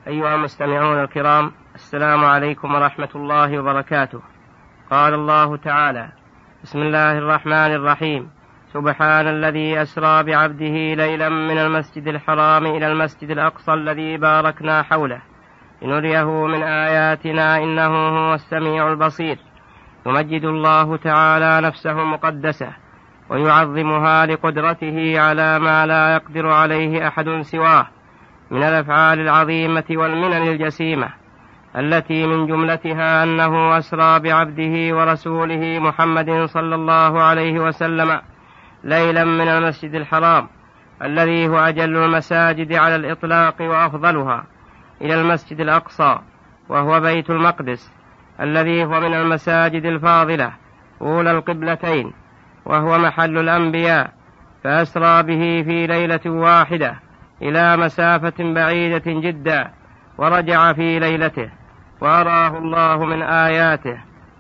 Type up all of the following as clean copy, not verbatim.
أيها المستمعون الكرام، السلام عليكم ورحمة الله وبركاته. قال الله تعالى: بسم الله الرحمن الرحيم. سبحان الذي أسرى بعبده ليلا من المسجد الحرام إلى المسجد الأقصى الذي باركنا حوله لنريه من آياتنا إنه هو السميع البصير. يمجد الله تعالى نفسه مقدسة ويعظمها لقدرته على ما لا يقدر عليه أحد سواه من الأفعال العظيمة والمنن الجسيمة، التي من جملتها أنه أسرى بعبده ورسوله محمد صلى الله عليه وسلم ليلا من المسجد الحرام الذي هو أجل المساجد على الإطلاق وأفضلها إلى المسجد الأقصى وهو بيت المقدس الذي هو من المساجد الفاضلة أولى القبلتين، وهو محل الأنبياء، فأسرى به في ليلة واحدة إلى مسافة بعيدة جدا، ورجع في ليلته، وأراه الله من آياته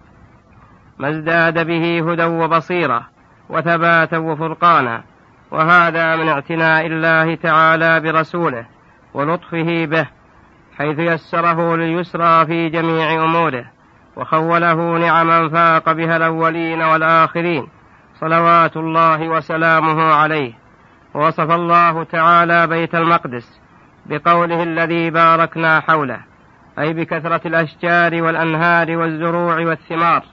ما ازداد به هدى وبصيرة وثباتا وفرقانا. وهذا من اعتناء الله تعالى برسوله ولطفه به، حيث يسره لليسرى في جميع أموره، وخوله نعما فاق بها الأولين والآخرين صلوات الله وسلامه عليه. ووصف الله تعالى بيت المقدس بقوله الذي باركنا حوله، أي بكثرة الأشجار والأنهار والزروع والثمار،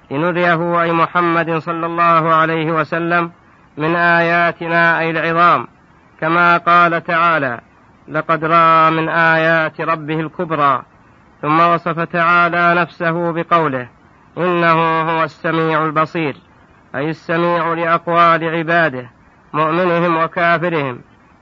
لنريه أي محمد صلى الله عليه وسلم من آياتنا أي العظام، كما قال تعالى: لقد رأى من آيات ربه الكبرى. ثم وصف تعالى نفسه بقوله: إنه هو السميع البصير، أي السميع لأقوال عباده مؤمنهم وكافرهم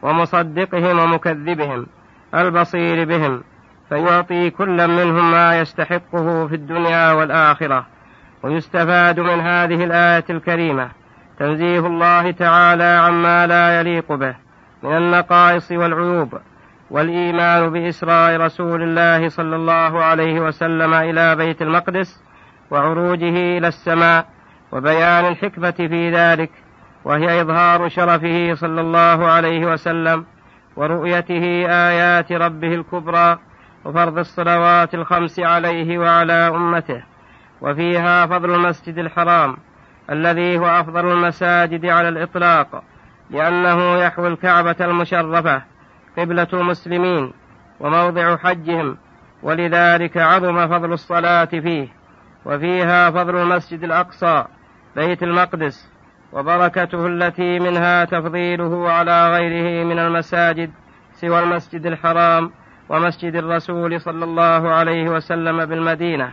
ومصدقهم ومكذبهم، البصير بهم، فيعطي كل منهم ما يستحقه في الدنيا والآخرة. ويستفاد من هذه الآية الكريمة تنزيه الله تعالى عما لا يليق به من النقائص والعيوب، والإيمان بإسراء رسول الله صلى الله عليه وسلم إلى بيت المقدس وعروجه إلى السماء، وبيان الحكمة في ذلك، وهي إظهار شرفه صلى الله عليه وسلم ورؤيته آيات ربه الكبرى وفرض الصلوات الخمس عليه وعلى أمته. وفيها فضل المسجد الحرام الذي هو أفضل المساجد على الإطلاق، لأنه يحوي الكعبة المشرفة قبلة المسلمين وموضع حجهم، ولذلك عظم فضل الصلاة فيه. وفيها فضل المسجد الأقصى بيت المقدس وبركته التي منها تفضيله على غيره من المساجد سوى المسجد الحرام ومسجد الرسول صلى الله عليه وسلم بالمدينة،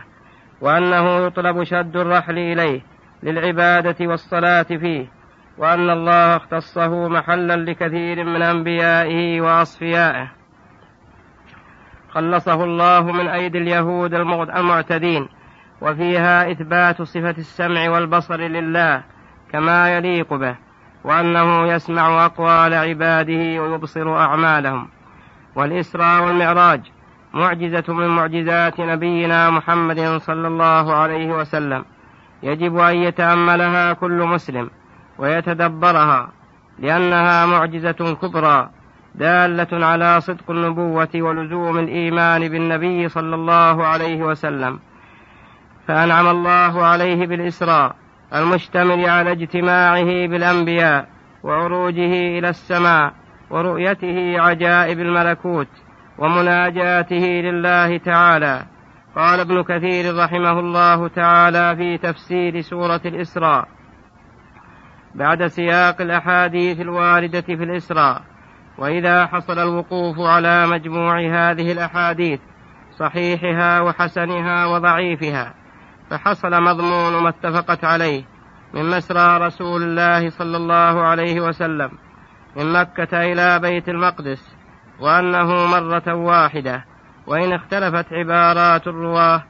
وأنه يطلب شد الرحل إليه للعبادة والصلاة فيه، وأن الله اختصه محلا لكثير من أنبيائه وأصفيائه، خلصه الله من أيدي اليهود المعتدين. وفيها إثبات صفة السمع والبصر لله كما يليق به، وأنه يسمع أقوال عباده ويبصر أعمالهم. والإسراء والمعراج معجزة من معجزات نبينا محمد صلى الله عليه وسلم، يجب أن يتأملها كل مسلم ويتدبرها، لأنها معجزة كبرى دالة على صدق النبوة ولزوم الإيمان بالنبي صلى الله عليه وسلم. فأنعم الله عليه بالإسراء المشتمل على اجتماعه بالأنبياء وعروجه إلى السماء ورؤيته عجائب الملكوت ومناجاته لله تعالى. قال ابن كثير رحمه الله تعالى في تفسير سورة الإسراء بعد سياق الأحاديث الواردة في الإسراء: وإذا حصل الوقوف على مجموع هذه الأحاديث صحيحها وحسنها وضعيفها، فحصل مضمون ما اتفقت عليه من مسرى رسول الله صلى الله عليه وسلم من مكة إلى بيت المقدس، وأنه مرة واحدة، وإن اختلفت عبارات الرواه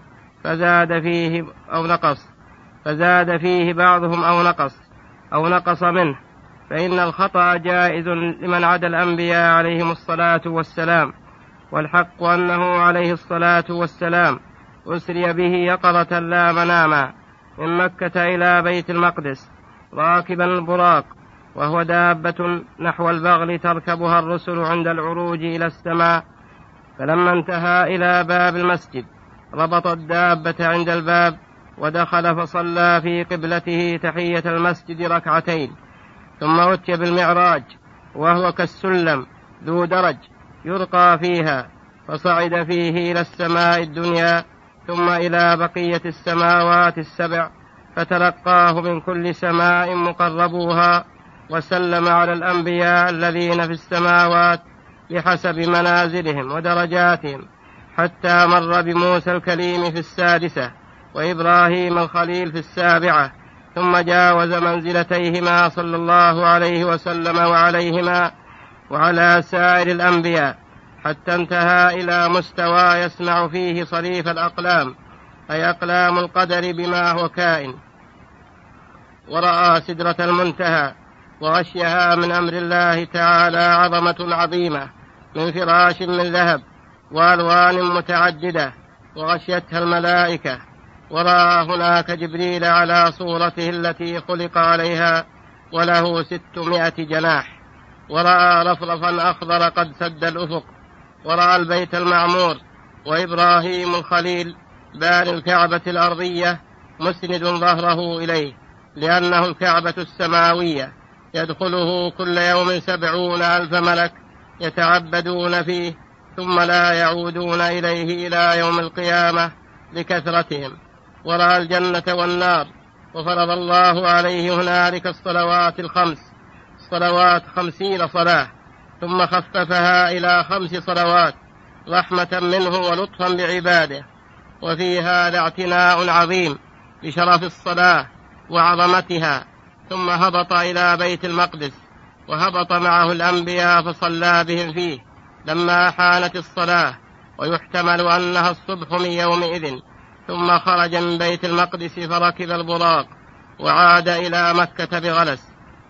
فزاد فيه بعضهم أو نقص منه، فإن الخطأ جائز لمن عدا الأنبياء عليهم الصلاة والسلام. والحق أنه عليه الصلاة والسلام أسري به يقظة لا مناما من مكة إلى بيت المقدس راكبا البراق، وهو دابة نحو البغل تركبها الرسل عند العروج إلى السماء، فلما انتهى إلى باب المسجد ربط الدابة عند الباب ودخل فصلى في قبلته تحية المسجد ركعتين، ثم أتي بالمعراج وهو كالسلم ذو درج يرقى فيها، فصعد فيه إلى السماء الدنيا ثم إلى بقية السماوات السبع، فتلقاه من كل سماء مقربوها، وسلم على الأنبياء الذين في السماوات بحسب منازلهم ودرجاتهم، حتى مر بموسى الكليم في السادسة وإبراهيم الخليل في السابعة، ثم جاوز منزلتيهما صلى الله عليه وسلم وعليهما وعلى سائر الأنبياء، حتى انتهى إلى مستوى يسمع فيه صريف الأقلام، أي أقلام القدر بما هو كائن، ورأى سدرة المنتهى، وغشيها من أمر الله تعالى عظمة عظيمة من فراش من ذهب وألوان متعددة، وغشيتها الملائكة، ورأى هناك جبريل على صورته التي خلق عليها وله 600 جناح، ورأى رفرفا أخضر قد سد الأفق، ورأى البيت المعمور وإبراهيم الخليل بان الكعبة الأرضية مسند ظهره إليه، لأنه الكعبة السماوية يدخله كل يوم 70,000 ملك يتعبدون فيه ثم لا يعودون إليه إلى يوم القيامة لكثرتهم. ورأى الجنة والنار، وفرض الله عليه هنالك الصلوات الخمس، صلوات 50 صلاة، ثم خففها إلى 5 صلوات رحمة منه ولطفا بعباده. وفي هذا اعتناء عظيم بشرف الصلاة وعظمتها. ثم هبط إلى بيت المقدس، وهبط معه الأنبياء فصلى بهم فيه لما حانت الصلاة، ويحتمل أنها الصبح من يومئذ. ثم خرج من بيت المقدس فركب البراق وعاد إلى مكة بغلس.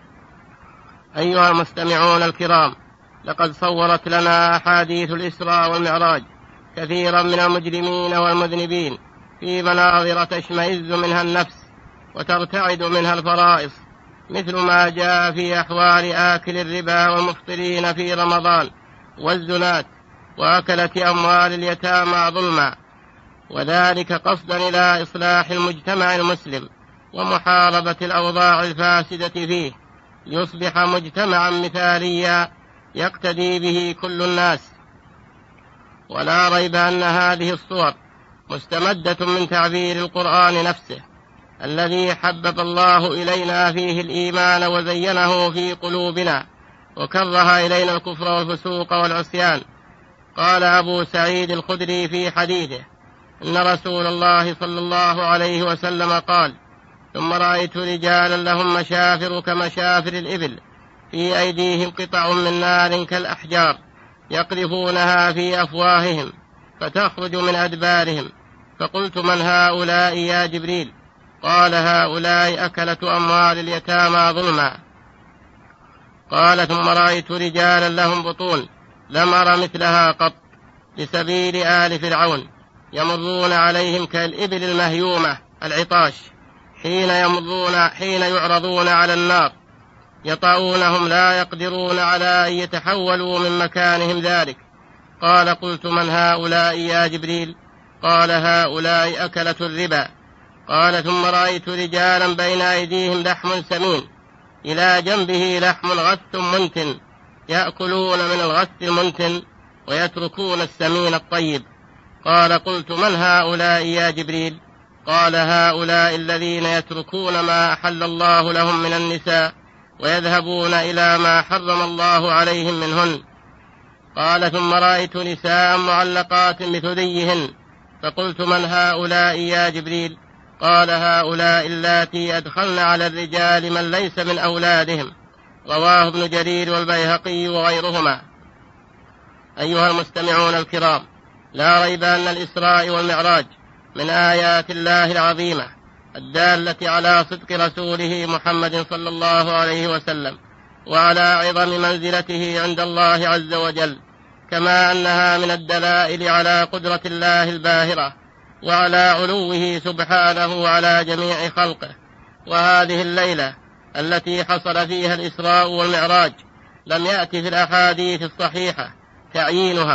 أيها المستمعون الكرام، لقد صورت لنا أحاديث الإسراء والمعراج كثيرا من المجرمين والمذنبين في مناظر تشمئز منها النفس وترتعد منها الفرائص، مثل ما جاء في أحوال آكل الربا والمفطرين في رمضان والزنات وأكلة أموال اليتامى ظلما، وذلك قصدا إلى إصلاح المجتمع المسلم ومحاربة الأوضاع الفاسدة فيه، ليصبح مجتمعا مثاليا يقتدي به كل الناس. ولا ريب أن هذه الصور مستمدة من تعبير القرآن نفسه، الذي حبب الله إلينا فيه الإيمان وزينه في قلوبنا وكره إلينا الكفر والفسوق والعصيان. قال أبو سعيد الخدري في حديثه إن رسول الله صلى الله عليه وسلم قال: ثم رأيت رجالا لهم مشافر كمشافر الإبل، في أيديهم قطع من نار كالأحجار، يقذفونها في أفواههم فتخرج من أدبارهم. فقلت: من هؤلاء يا جبريل؟ قال: هؤلاء أكلة أموال اليتامى ظلما. قال: ثم رأيت رجالا لهم بطون لم أر مثلها قط، لسبيل آل فرعون، يمرون عليهم كالإبل المهيومة العطاش، حين يعرضون على النار يطعونهم لا يقدرون على أن يتحولوا من مكانهم ذلك. قال: قلت: من هؤلاء يا جبريل؟ قال: هؤلاء أكلة الربا. قال: ثم رأيت رجالا بين أيديهم لحم سمين، إلى جنبه لحم غث منتن، يأكلون من الغث المنتن ويتركون السمين الطيب. قال: قلت: من هؤلاء يا جبريل؟ قال: هؤلاء الذين يتركون ما أحل الله لهم من النساء ويذهبون إلى ما حرم الله عليهم منهن. قال: ثم رأيت نساء معلقات بثديهن، فقلت: من هؤلاء يا جبريل؟ قال: هؤلاء اللاتي أدخلن على الرجال من ليس من أولادهم. رواه ابن جرير والبيهقي وغيرهما. أيها المستمعون الكرام، لا ريب أن الإسراء والمعراج من آيات الله العظيمة الدالة على صدق رسوله محمد صلى الله عليه وسلم وعلى عظم منزلته عند الله عز وجل، كما أنها من الدلائل على قدرة الله الباهرة وعلى علوه سبحانه على جميع خلقه. وهذه الليلة التي حصل فيها الإسراء والمعراج لم يأتي في الأحاديث الصحيحة تعيينها،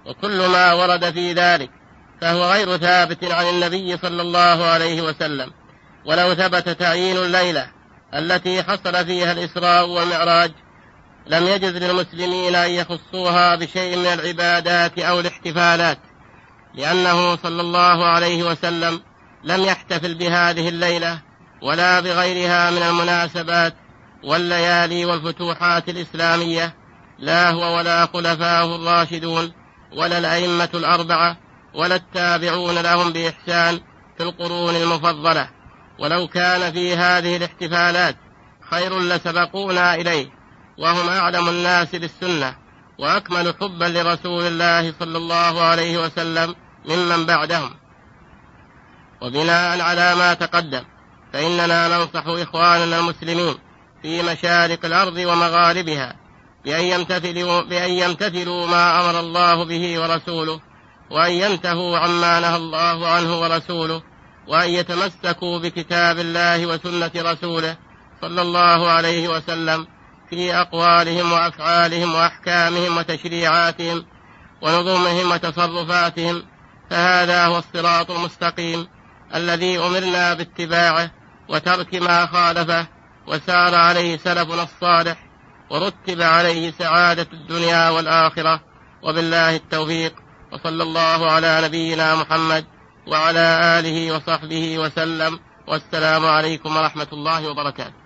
وكل ما ورد في ذلك فهو غير ثابت عن النبي صلى الله عليه وسلم. ولو ثبت تعيين الليلة التي حصل فيها الإسراء والمعراج لم يجز للمسلمين أن يخصوها بشيء من العبادات أو الاحتفالات، لأنه صلى الله عليه وسلم لم يحتفل بهذه الليلة ولا بغيرها من المناسبات والليالي والفتوحات الإسلامية، لا هو ولا خلفاؤه الراشدون ولا الأئمة الأربعة ولا التابعون لهم بإحسان في القرون المفضلة. ولو كان في هذه الاحتفالات خير لسبقونا إليه، وهم أعلم الناس بالسنة وأكمل حبا لرسول الله صلى الله عليه وسلم ممن بعدهم. وبناء على ما تقدم فإننا ننصح إخواننا المسلمين في مشارق الأرض ومغاربها بأن يمتثلوا ما أمر الله به ورسوله، وأن ينتهوا عما نهى الله عنه ورسوله، وأن يتمسكوا بكتاب الله وسنة رسوله صلى الله عليه وسلم في أقوالهم وأفعالهم وأحكامهم وتشريعاتهم ونظمهم وتصرفاتهم، فهذا هو الصراط المستقيم الذي أمرنا باتباعه وترك ما خالفه، وسار عليه سلفنا الصالح، ورتب عليه سعادة الدنيا والآخرة. وبالله التوفيق، وصلى الله على نبينا محمد وعلى آله وصحبه وسلم، والسلام عليكم ورحمة الله وبركاته.